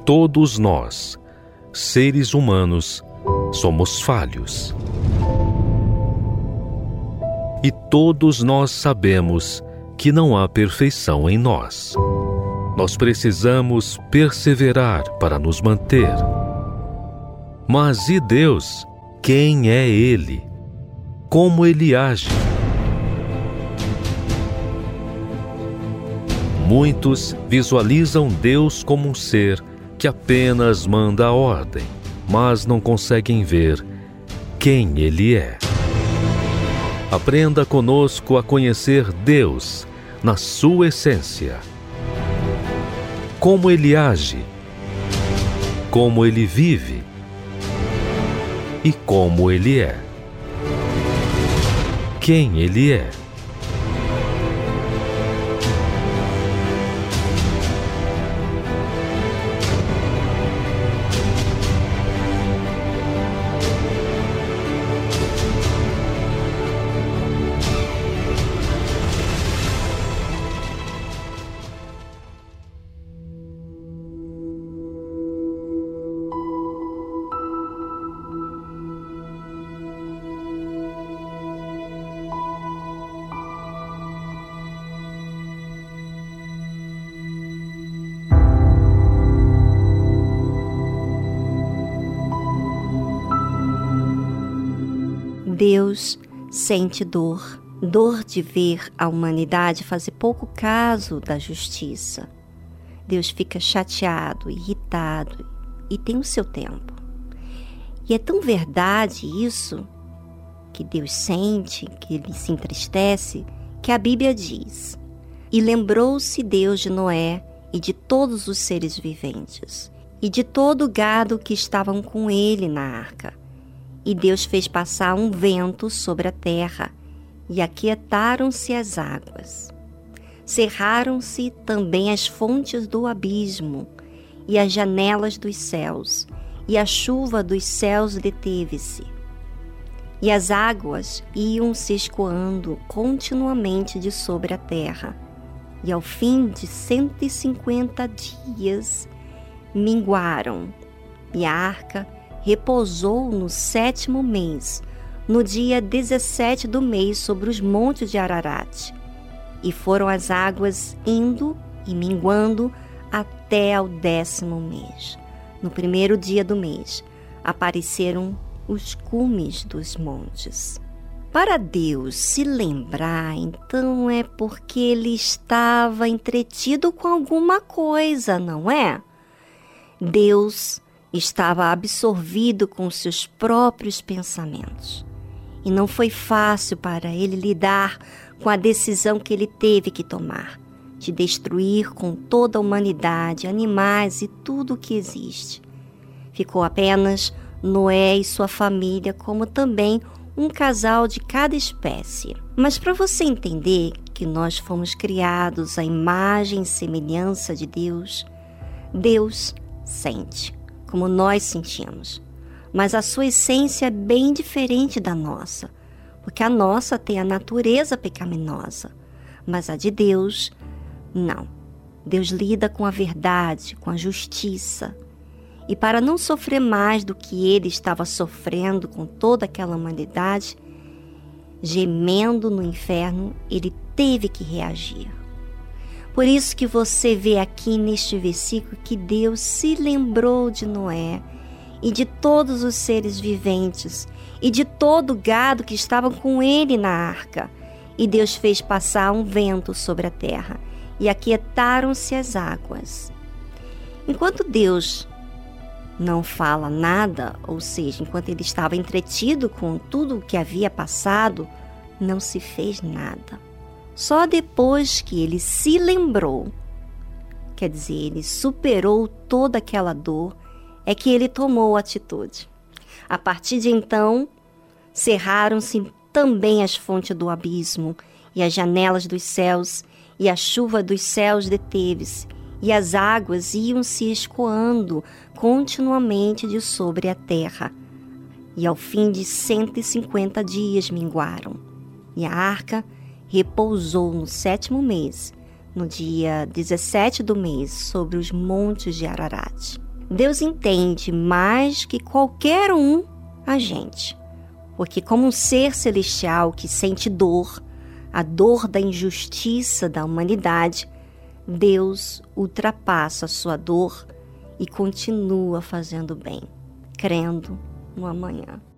Todos nós, seres humanos, somos falhos. E todos nós sabemos que não há perfeição em nós. Nós precisamos perseverar para nos manter. Mas e Deus? Quem é Ele? Como Ele age? Muitos visualizam Deus como um ser que apenas manda a ordem, mas não conseguem ver quem Ele é. Aprenda conosco a conhecer Deus na sua essência. Como Ele age, como Ele vive e como Ele é. Quem Ele é. Deus sente dor de ver a humanidade fazer pouco caso da justiça. Deus fica chateado, irritado e tem o seu tempo. E é tão verdade isso que Deus sente, que Ele se entristece, que a Bíblia diz: "E lembrou-se Deus de Noé e de todos os seres viventes, e de todo o gado que estavam com ele na arca. E Deus fez passar um vento sobre a terra, e aquietaram-se as águas. Cerraram-se também as fontes do abismo, e as janelas dos céus, e a chuva dos céus deteve-se. E as águas iam se escoando continuamente de sobre a terra, e ao fim de 150 dias minguaram, e a arca repousou no 7º mês, no dia 17 do mês, sobre os montes de Ararat. E foram as águas indo e minguando até ao 10º mês. No 1º dia do mês, apareceram os cumes dos montes." Para Deus se lembrar, então, é porque Ele estava entretido com alguma coisa, não é? Deus estava absorvido com seus próprios pensamentos. E não foi fácil para Ele lidar com a decisão que Ele teve que tomar, de destruir com toda a humanidade, animais e tudo o que existe. Ficou apenas Noé e sua família, como também um casal de cada espécie. Mas para você entender que nós fomos criados à imagem e semelhança de Deus, Deus sente como nós sentimos, mas a sua essência é bem diferente da nossa, porque a nossa tem a natureza pecaminosa, mas a de Deus, não. Deus lida com a verdade, com a justiça, e para não sofrer mais do que Ele estava sofrendo com toda aquela humanidade, gemendo no inferno, Ele teve que reagir. Por isso que você vê aqui neste versículo que Deus se lembrou de Noé e de todos os seres viventes e de todo o gado que estavam com ele na arca. E Deus fez passar um vento sobre a terra e aquietaram-se as águas. Enquanto Deus não fala nada, ou seja, enquanto Ele estava entretido com tudo o que havia passado, não se fez nada. Só depois que Ele se lembrou, quer dizer, Ele superou toda aquela dor, é que Ele tomou atitude. A partir de então, cerraram-se também as fontes do abismo, e as janelas dos céus, e a chuva dos céus deteve-se, e as águas iam se escoando continuamente de sobre a terra. E ao fim de 150 dias minguaram, e a arca repousou no 7º mês, no dia 17 do mês, sobre os montes de Ararat. Deus entende mais que qualquer um a gente, porque como um ser celestial que sente dor, a dor da injustiça da humanidade, Deus ultrapassa a sua dor e continua fazendo bem, crendo no amanhã.